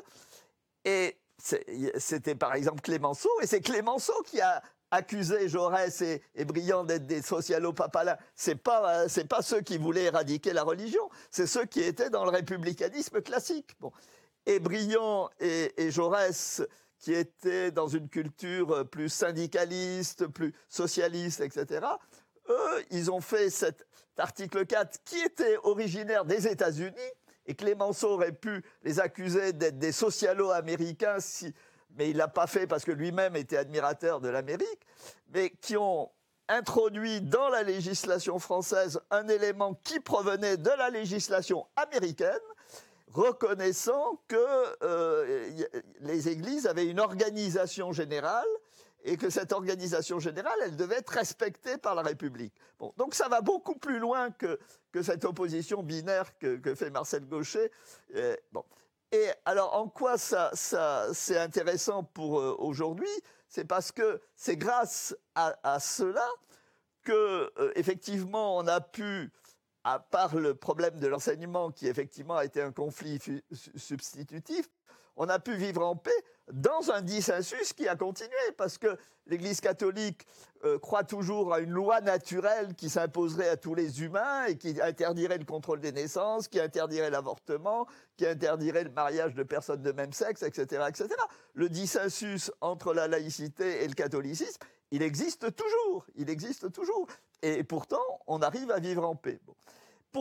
[SPEAKER 2] Et c'était par exemple Clémenceau, et c'est Clémenceau qui a accusé Jaurès et, et Briand d'être des socialo-papalins. C'est pas, c'est pas ceux qui voulaient éradiquer la religion, c'est ceux qui étaient dans le républicanisme classique. Bon. Et Briand et, et Jaurès, qui étaient dans une culture plus syndicaliste, plus socialiste, et cetera, eux, ils ont fait cet article quatre qui était originaire des États-Unis, et Clémenceau aurait pu les accuser d'être des socialo-américains, si, mais il ne l'a pas fait parce que lui-même était admirateur de l'Amérique, mais qui ont introduit dans la législation française un élément qui provenait de la législation américaine, reconnaissant que euh, les églises avaient une organisation générale et que cette organisation générale, elle devait être respectée par la République. Bon, donc ça va beaucoup plus loin que, que cette opposition binaire que, que fait Marcel Gauchet. Et, bon. Et alors, en quoi ça, ça, c'est intéressant pour euh, aujourd'hui ? C'est parce que c'est grâce à, à cela que, euh, effectivement, on a pu, à part le problème de l'enseignement, qui effectivement a été un conflit fu- substitutif, on a pu vivre en paix dans un dissensus qui a continué, parce que l'Église catholique euh, croit toujours à une loi naturelle qui s'imposerait à tous les humains et qui interdirait le contrôle des naissances, qui interdirait l'avortement, qui interdirait le mariage de personnes de même sexe, et cetera, et cetera. Le dissensus entre la laïcité et le catholicisme, il existe toujours, il existe toujours. Et pourtant, on arrive à vivre en paix. Bon. Pourquoi ?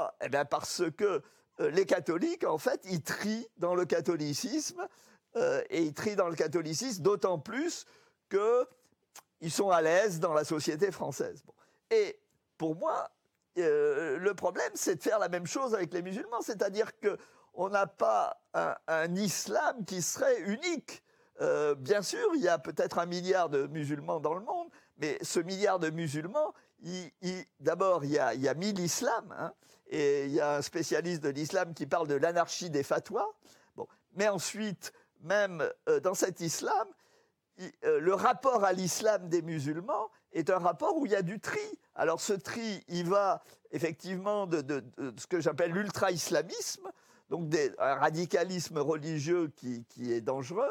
[SPEAKER 2] Eh bien parce que euh, les catholiques, en fait, ils trient dans le catholicisme, euh, et ils trient dans le catholicisme d'autant plus qu'ils sont à l'aise dans la société française. Bon. Et pour moi, euh, le problème, c'est de faire la même chose avec les musulmans, c'est-à-dire qu'on n'a pas un, un islam qui serait unique. Euh, bien sûr, il y a peut-être un milliard de musulmans dans le monde, mais ce milliard de musulmans, il, il, d'abord, il y a, il y a mille islams, hein, et il y a un spécialiste de l'islam qui parle de l'anarchie des fatwas. Bon. Mais ensuite, même euh, dans cet islam, il, euh, le rapport à l'islam des musulmans est un rapport où il y a du tri. Alors ce tri, il va effectivement de, de, de ce que j'appelle l'ultra-islamisme, donc des, un radicalisme religieux qui, qui est dangereux,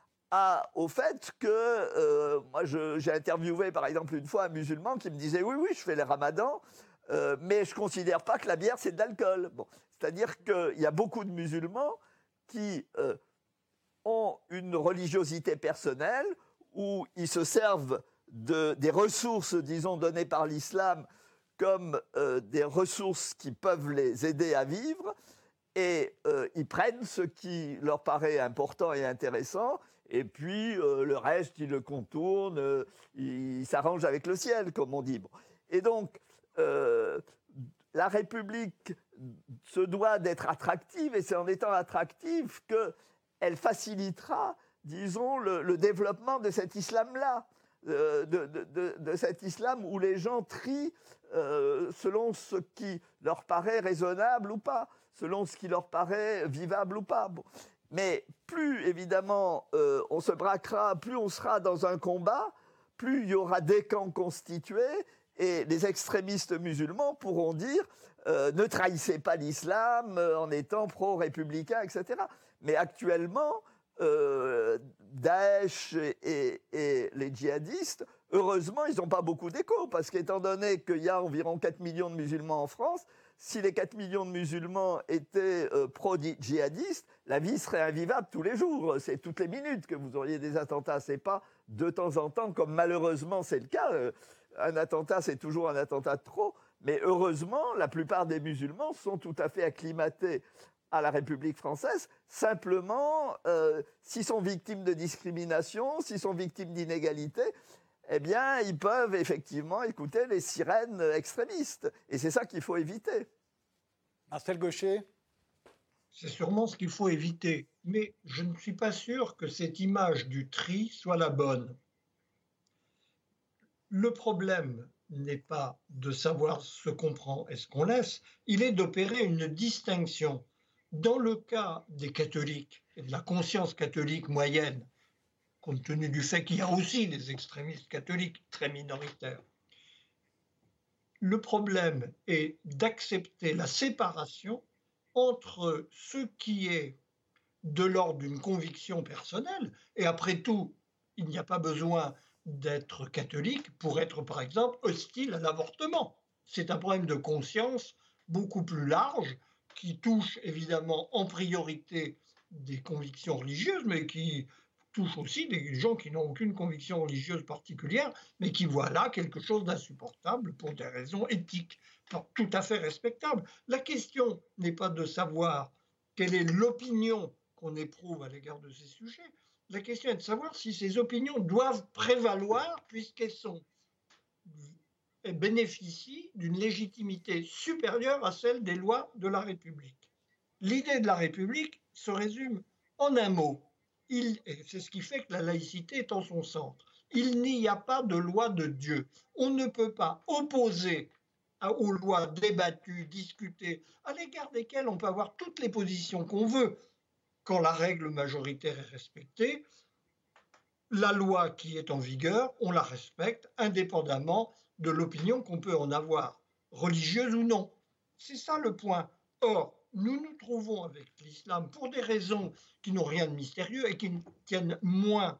[SPEAKER 2] à, au fait que, euh, moi je, j'ai interviewé par exemple une fois un musulman qui me disait « Oui, oui, je fais le ramadan, euh, mais je ne considère pas que la bière c'est de l'alcool. » Bon, c'est-à-dire qu'il y a beaucoup de musulmans qui euh, ont une religiosité personnelle où ils se servent de, des ressources, disons, données par l'islam comme euh, des ressources qui peuvent les aider à vivre, et euh, ils prennent ce qui leur paraît important et intéressant, et puis euh, le reste, ils le contournent, euh, ils s'arrangent avec le ciel, comme on dit. Bon. Et donc, euh, la République se doit d'être attractive, et c'est en étant attractive qu'elle facilitera, disons, le, le développement de cet islam-là, euh, de, de, de, de cet islam où les gens trient euh, selon ce qui leur paraît raisonnable ou pas, selon ce qui leur paraît vivable ou pas. Bon. Mais plus, évidemment, euh, on se braquera, plus on sera dans un combat, plus il y aura des camps constitués, et les extrémistes musulmans pourront dire euh, « ne trahissez pas l'islam euh, en étant pro-républicain, et cetera » Mais actuellement, euh, Daesh et, et, et les djihadistes, heureusement, ils n'ont pas beaucoup d'écho, parce qu'étant donné qu'il y a environ quatre millions de musulmans en France, si les quatre millions de musulmans étaient euh, pro-djihadistes, la vie serait invivable tous les jours. C'est toutes les minutes que vous auriez des attentats. Ce n'est pas de temps en temps, comme malheureusement c'est le cas. Euh, un attentat, c'est toujours un attentat de trop. Mais heureusement, la plupart des musulmans sont tout à fait acclimatés à la République française. Simplement, euh, s'ils sont victimes de discrimination, s'ils sont victimes d'inégalités, eh bien, ils peuvent effectivement écouter les sirènes extrémistes. Et c'est ça qu'il faut éviter.
[SPEAKER 1] Marcel Gauchet ?
[SPEAKER 3] C'est sûrement ce qu'il faut éviter. Mais je ne suis pas sûr que cette image du tri soit la bonne. Le problème n'est pas de savoir ce qu'on prend et ce qu'on laisse, il est d'opérer une distinction. Dans le cas des catholiques et de la conscience catholique moyenne, compte tenu du fait qu'il y a aussi des extrémistes catholiques très minoritaires, le problème est d'accepter la séparation entre ce qui est de l'ordre d'une conviction personnelle, et après tout, il n'y a pas besoin d'être catholique pour être, par exemple, hostile à l'avortement. C'est un problème de conscience beaucoup plus large qui touche évidemment en priorité des convictions religieuses, mais qui touche aussi des gens qui n'ont aucune conviction religieuse particulière, mais qui voient là quelque chose d'insupportable pour des raisons éthiques, donc tout à fait respectables. La question n'est pas de savoir quelle est l'opinion qu'on éprouve à l'égard de ces sujets. La question est de savoir si ces opinions doivent prévaloir puisqu'elles sont, elles bénéficient d'une légitimité supérieure à celle des lois de la République. L'idée de la République se résume en un mot. Il, et c'est ce qui fait que la laïcité est en son centre. Il n'y a pas de loi de Dieu. On ne peut pas opposer à, aux lois débattues, discutées, à l'égard desquelles on peut avoir toutes les positions qu'on veut. Quand la règle majoritaire est respectée, la loi qui est en vigueur, on la respecte indépendamment de l'opinion qu'on peut en avoir, religieuse ou non. C'est ça le point. Or, nous nous trouvons avec l'islam pour des raisons qui n'ont rien de mystérieux et qui tiennent moins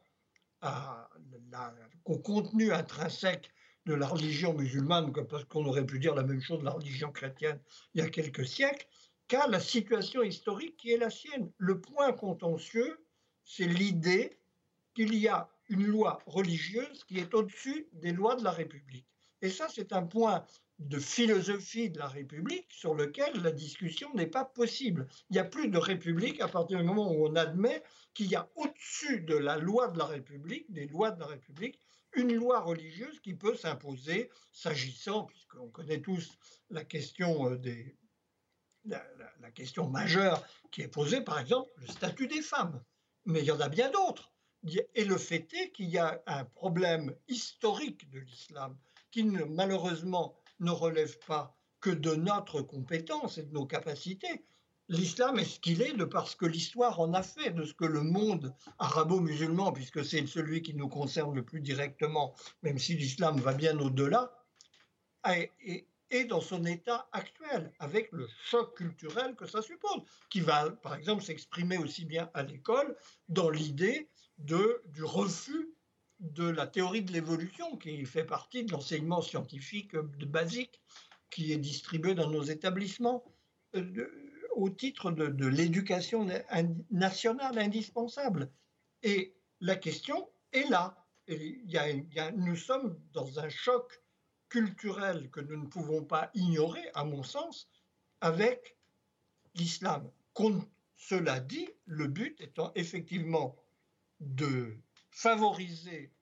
[SPEAKER 3] à la, au contenu intrinsèque de la religion musulmane, parce qu'on aurait pu dire la même chose de la religion chrétienne il y a quelques siècles, qu'à la situation historique qui est la sienne. Le point contentieux, c'est l'idée qu'il y a une loi religieuse qui est au-dessus des lois de la République. Et ça, c'est un point de philosophie de la République sur lequel la discussion n'est pas possible. Il n'y a plus de République à partir du moment où on admet qu'il y a au-dessus de la loi de la République, des lois de la République, une loi religieuse qui peut s'imposer, s'agissant, puisqu'on connaît tous la question des, la, la, la question majeure qui est posée, par exemple, le statut des femmes. Mais il y en a bien d'autres. Et le fait est qu'il y a un problème historique de l'islam qui ne, malheureusement ne relève pas que de notre compétence et de nos capacités. L'islam est ce qu'il est de parce que l'histoire en a fait, de ce que le monde arabo-musulman, puisque c'est celui qui nous concerne le plus directement, même si l'islam va bien au-delà, est, est dans son état actuel, avec le choc culturel que ça suppose, qui va, par exemple, s'exprimer aussi bien à l'école dans l'idée de, du refus de la théorie de l'évolution, qui fait partie de l'enseignement scientifique de basique, qui est distribué dans nos établissements, de, au titre de, de l'éducation nationale indispensable. Et la question est là. Et il y a, il y a, nous sommes dans un choc culturel que nous ne pouvons pas ignorer, à mon sens, avec l'islam. Cela dit, le but étant effectivement de favoriser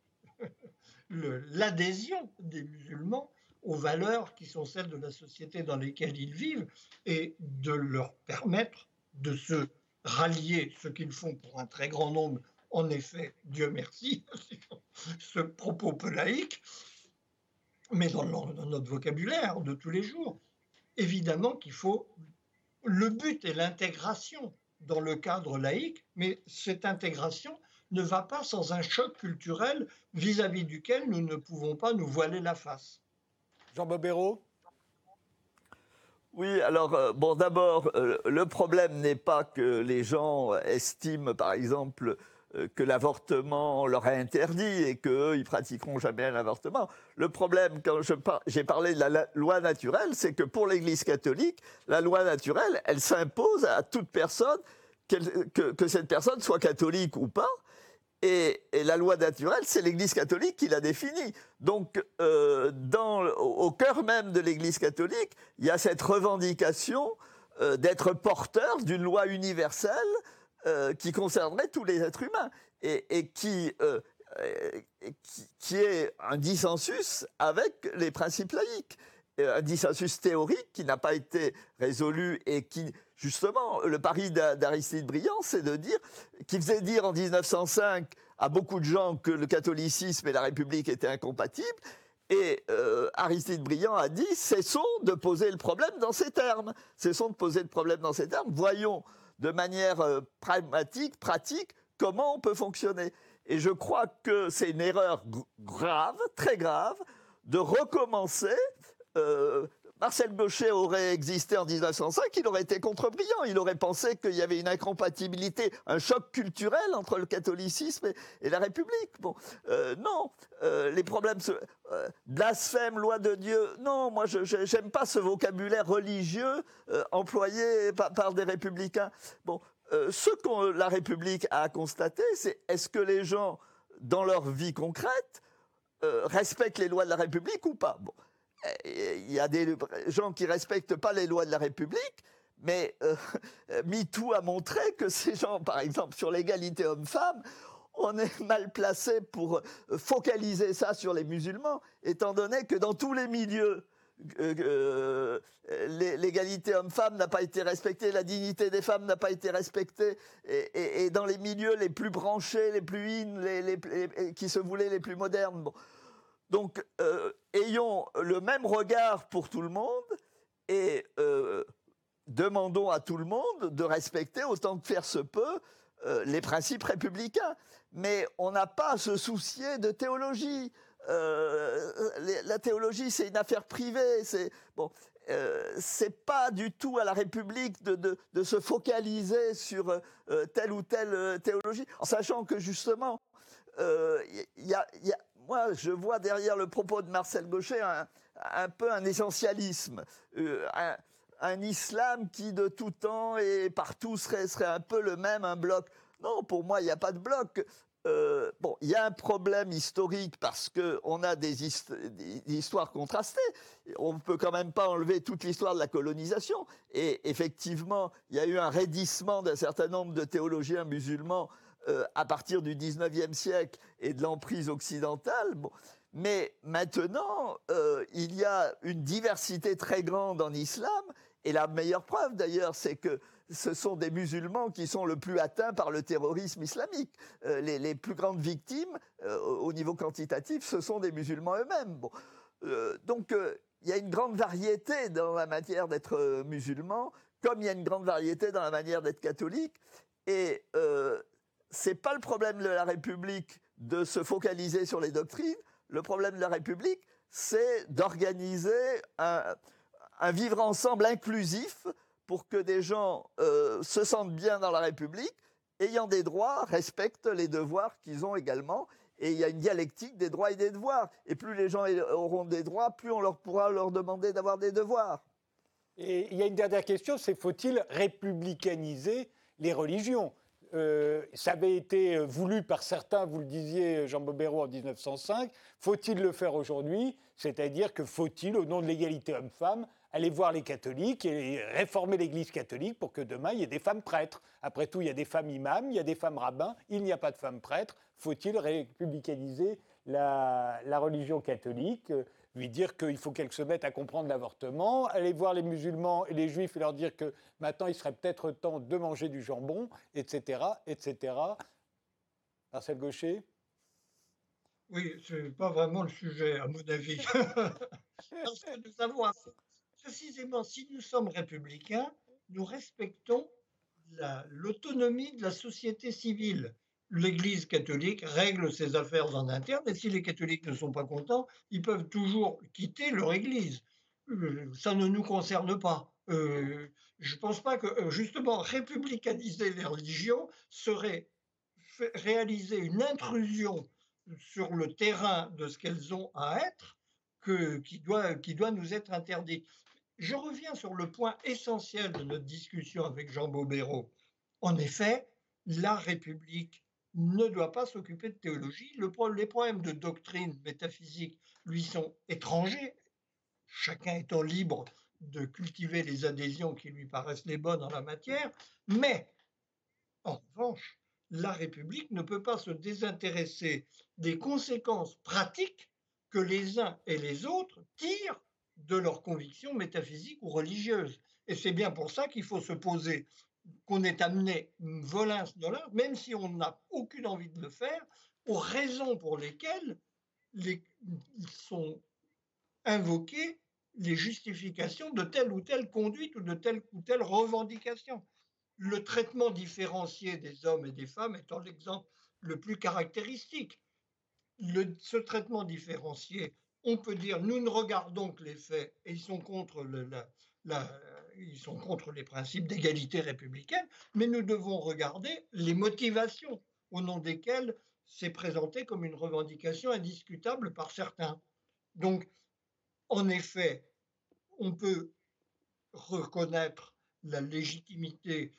[SPEAKER 3] le, l'adhésion des musulmans aux valeurs qui sont celles de la société dans laquelle ils vivent et de leur permettre de se rallier, ce qu'ils font pour un très grand nombre, en effet, Dieu merci, ce propos peu laïque, mais dans, dans notre vocabulaire de tous les jours. Évidemment qu'il faut, le but est l'intégration dans le cadre laïque, mais cette intégration ne va pas sans un choc culturel vis-à-vis duquel nous ne pouvons pas nous voiler la face.
[SPEAKER 1] Jean Bobéro ?
[SPEAKER 2] Oui, alors, euh, bon, d'abord, euh, le problème n'est pas que les gens estiment, par exemple, euh, que l'avortement leur est interdit et qu'eux, ils pratiqueront jamais l'avortement. Le problème, quand je par- j'ai parlé de la, la loi naturelle, c'est que pour l'Église catholique, la loi naturelle, elle s'impose à toute personne, que, que cette personne soit catholique ou pas. Et, et la loi naturelle, c'est l'Église catholique qui l'a définie. Donc, euh, dans, au cœur même de l'Église catholique, il y a cette revendication euh, d'être porteur d'une loi universelle euh, qui concernerait tous les êtres humains et, et qui, euh, et qui, qui est un dissensus avec les principes laïques. Un dissensus théorique qui n'a pas été résolu et qui, justement, le pari d'Aristide Briand, c'est de dire, qui faisait dire en dix-neuf cent cinq à beaucoup de gens que le catholicisme et la République étaient incompatibles. Et euh, Aristide Briand a dit, cessons de poser le problème dans ces termes. Cessons de poser le problème dans ces termes. Voyons de manière euh, pragmatique, pratique, comment on peut fonctionner. Et je crois que c'est une erreur grave, très grave, de recommencer. Euh, Marcel Bauchet aurait existé en dix-neuf cent cinq, il aurait été contre Briand. Il aurait pensé qu'il y avait une incompatibilité, un choc culturel entre le catholicisme et, et la République. Bon, euh, non, euh, les problèmes, se, euh, blasphème, loi de Dieu. Non, moi, je, je j'aime pas ce vocabulaire religieux euh, employé par, par des républicains. Bon, euh, ce que la République a constaté, c'est est-ce que les gens, dans leur vie concrète, euh, respectent les lois de la République ou pas. Bon. Il y a des gens qui ne respectent pas les lois de la République, mais euh, MeToo a montré que ces gens, par exemple, sur l'égalité homme-femme, on est mal placé pour focaliser ça sur les musulmans, étant donné que dans tous les milieux, euh, l'égalité homme-femme n'a pas été respectée, la dignité des femmes n'a pas été respectée, et, et, et dans les milieux les plus branchés, les plus in, les, les, les, qui se voulaient les plus modernes, bon. Donc, euh, ayons le même regard pour tout le monde et euh, demandons à tout le monde de respecter, autant que faire se peut, euh, les principes républicains. Mais on n'a pas à se soucier de théologie. euh, les, la théologie, c'est une affaire privée. C'est bon, euh, c'est pas du tout à la République de, de, de se focaliser sur euh, telle ou telle euh, théologie, en sachant que justement, euh, y a, y a, moi, je vois derrière le propos de Marcel Gauchet un, un peu un essentialisme, euh, un, un islam qui de tout temps et partout serait, serait un peu le même, un bloc. Non, pour moi, il n'y a pas de bloc. Euh, bon, il y a un problème historique parce qu'on a des, hist- des histoires contrastées. On ne peut quand même pas enlever toute l'histoire de la colonisation. Et effectivement, il y a eu un raidissement d'un certain nombre de théologiens musulmans euh, à partir du dix-neuvième siècle et de l'emprise occidentale. Bon. Mais maintenant, euh, il y a une diversité très grande en islam. Et la meilleure preuve, d'ailleurs, c'est que ce sont des musulmans qui sont le plus atteints par le terrorisme islamique. Euh, les, les plus grandes victimes, euh, au niveau quantitatif, ce sont des musulmans eux-mêmes. Bon. Euh, donc, euh, il y a une grande variété dans la manière d'être euh, musulman, comme il y a une grande variété dans la manière d'être catholique. Et euh, ce n'est pas le problème de la République de se focaliser sur les doctrines. Le problème de la République, c'est d'organiser un, un vivre ensemble inclusif pour que des gens euh, se sentent bien dans la République, ayant des droits, respectent les devoirs qu'ils ont également. Et il y a une dialectique des droits et des devoirs. Et plus les gens auront des droits, plus on leur pourra leur demander d'avoir des devoirs.
[SPEAKER 1] Et il y a une dernière question, c'est faut-il républicaniser les religions ? Euh, ça avait été voulu par certains, vous le disiez, Jean Bobéro, en dix-neuf cent cinq. Faut-il le faire aujourd'hui ? C'est-à-dire que faut-il, au nom de l'égalité homme-femme, aller voir les catholiques et réformer l'Église catholique pour que demain, il y ait des femmes prêtres. Après tout, il y a des femmes imams, il y a des femmes rabbins, il n'y a pas de femmes prêtres. Faut-il républicaniser la, la religion catholique ? Lui dire qu'il faut qu'elle se mette à comprendre l'avortement, aller voir les musulmans et les juifs et leur dire que maintenant, il serait peut-être temps de manger du jambon, et cetera, et cetera. Marcel Gauchet ?
[SPEAKER 3] Oui, ce n'est pas vraiment le sujet, à mon avis. Parce que nous avons affaire. Précisément, si nous sommes républicains, nous respectons la- l'autonomie de la société civile. L'Église catholique règle ses affaires en interne, et si les catholiques ne sont pas contents, ils peuvent toujours quitter leur Église. Euh, Ça ne nous concerne pas. Euh, je ne pense pas que, euh, justement, républicaniser les religions serait fait- réaliser une intrusion sur le terrain de ce qu'elles ont à être que, qui, doit, qui doit nous être interdite. Je reviens sur le point essentiel de notre discussion avec Jean Bobéro. En effet, la République ne doit pas s'occuper de théologie. Le, les problèmes de doctrine métaphysique lui sont étrangers, chacun étant libre de cultiver les adhésions qui lui paraissent les bonnes en la matière, mais en revanche, la République ne peut pas se désintéresser des conséquences pratiques que les uns et les autres tirent de leurs convictions métaphysiques ou religieuses. Et c'est bien pour ça qu'il faut se poser, qu'on est amené volins dolins, même si on n'a aucune envie de le faire, aux raisons pour lesquelles les, sont invoquées les justifications de telle ou telle conduite ou de telle ou telle revendication. Le traitement différencié des hommes et des femmes étant l'exemple le plus caractéristique. Le, ce traitement différencié, on peut dire, nous ne regardons que les faits et ils sont contre, le, la, la, ils sont contre les principes d'égalité républicaine, mais nous devons regarder les motivations au nom desquelles c'est présenté comme une revendication indiscutable par certains. Donc, en effet, on peut reconnaître la légitimité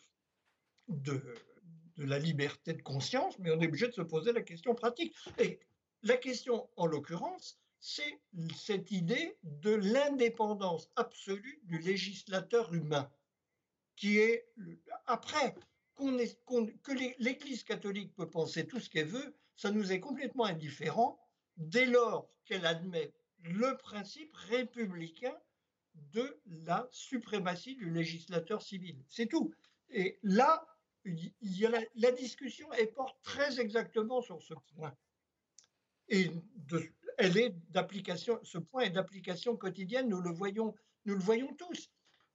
[SPEAKER 3] de, de la liberté de conscience, mais on est obligé de se poser la question pratique. Et la question, en l'occurrence, c'est cette idée de l'indépendance absolue du législateur humain, qui est, après, qu'on est, qu'on, que l'Église catholique peut penser tout ce qu'elle veut, ça nous est complètement indifférent dès lors qu'elle admet le principe républicain de la suprématie du législateur civil. C'est tout. Et là, il y a la, la discussion, elle porte très exactement sur ce point. Et de, elle est d'application, ce point est d'application quotidienne, nous le voyons, nous le voyons tous.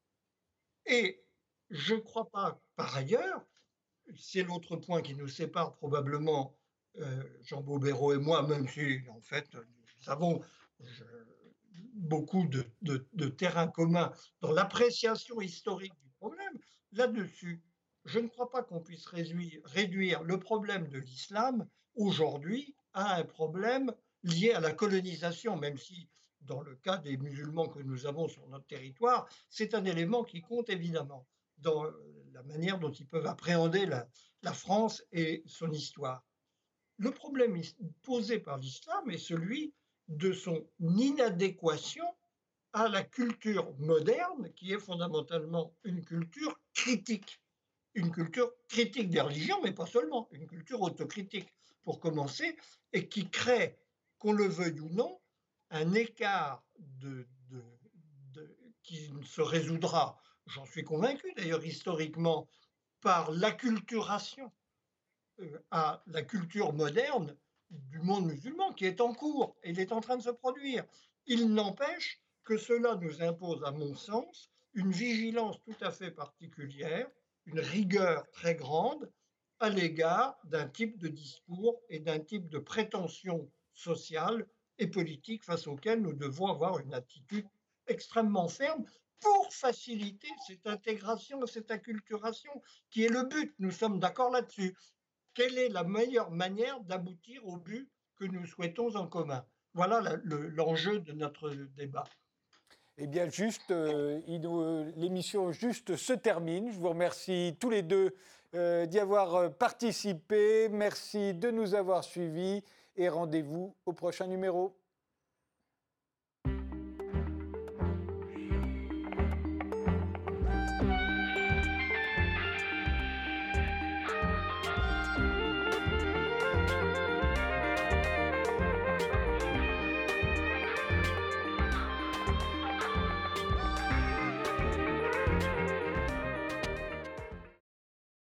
[SPEAKER 3] Et je ne crois pas, par ailleurs, c'est l'autre point qui nous sépare probablement, euh, Jean Bobéro et moi, même si en fait nous nous avons je, beaucoup de, de, de terrain commun dans l'appréciation historique du problème. Là-dessus, je ne crois pas qu'on puisse réduire, réduire le problème de l'islam aujourd'hui à un problème lié à la colonisation, même si dans le cas des musulmans que nous avons sur notre territoire, c'est un élément qui compte évidemment dans la manière dont ils peuvent appréhender la, la France et son histoire. Le problème posé par l'islam est celui de son inadéquation à la culture moderne, qui est fondamentalement une culture critique. Une culture critique des religions, mais pas seulement, une culture autocritique, pour commencer, et qui crée, qu'on le veuille ou non, un écart de, de, de, qui se résoudra, j'en suis convaincu d'ailleurs historiquement, par l'acculturation euh, à la culture moderne du monde musulman qui est en cours, et il est en train de se produire. Il n'empêche que cela nous impose, à mon sens, une vigilance tout à fait particulière, une rigueur très grande à l'égard d'un type de discours et d'un type de prétention sociale et politique face auquel nous devons avoir une attitude extrêmement ferme pour faciliter cette intégration, cette acculturation qui est le but. Nous sommes d'accord là-dessus. Quelle est la meilleure manière d'aboutir au but que nous souhaitons en commun? Voilà la, le, l'enjeu de notre débat.
[SPEAKER 1] Eh bien, juste, euh, euh, l'émission juste se termine. Je vous remercie tous les deux euh, d'y avoir participé. Merci de nous avoir suivis et rendez-vous au prochain numéro.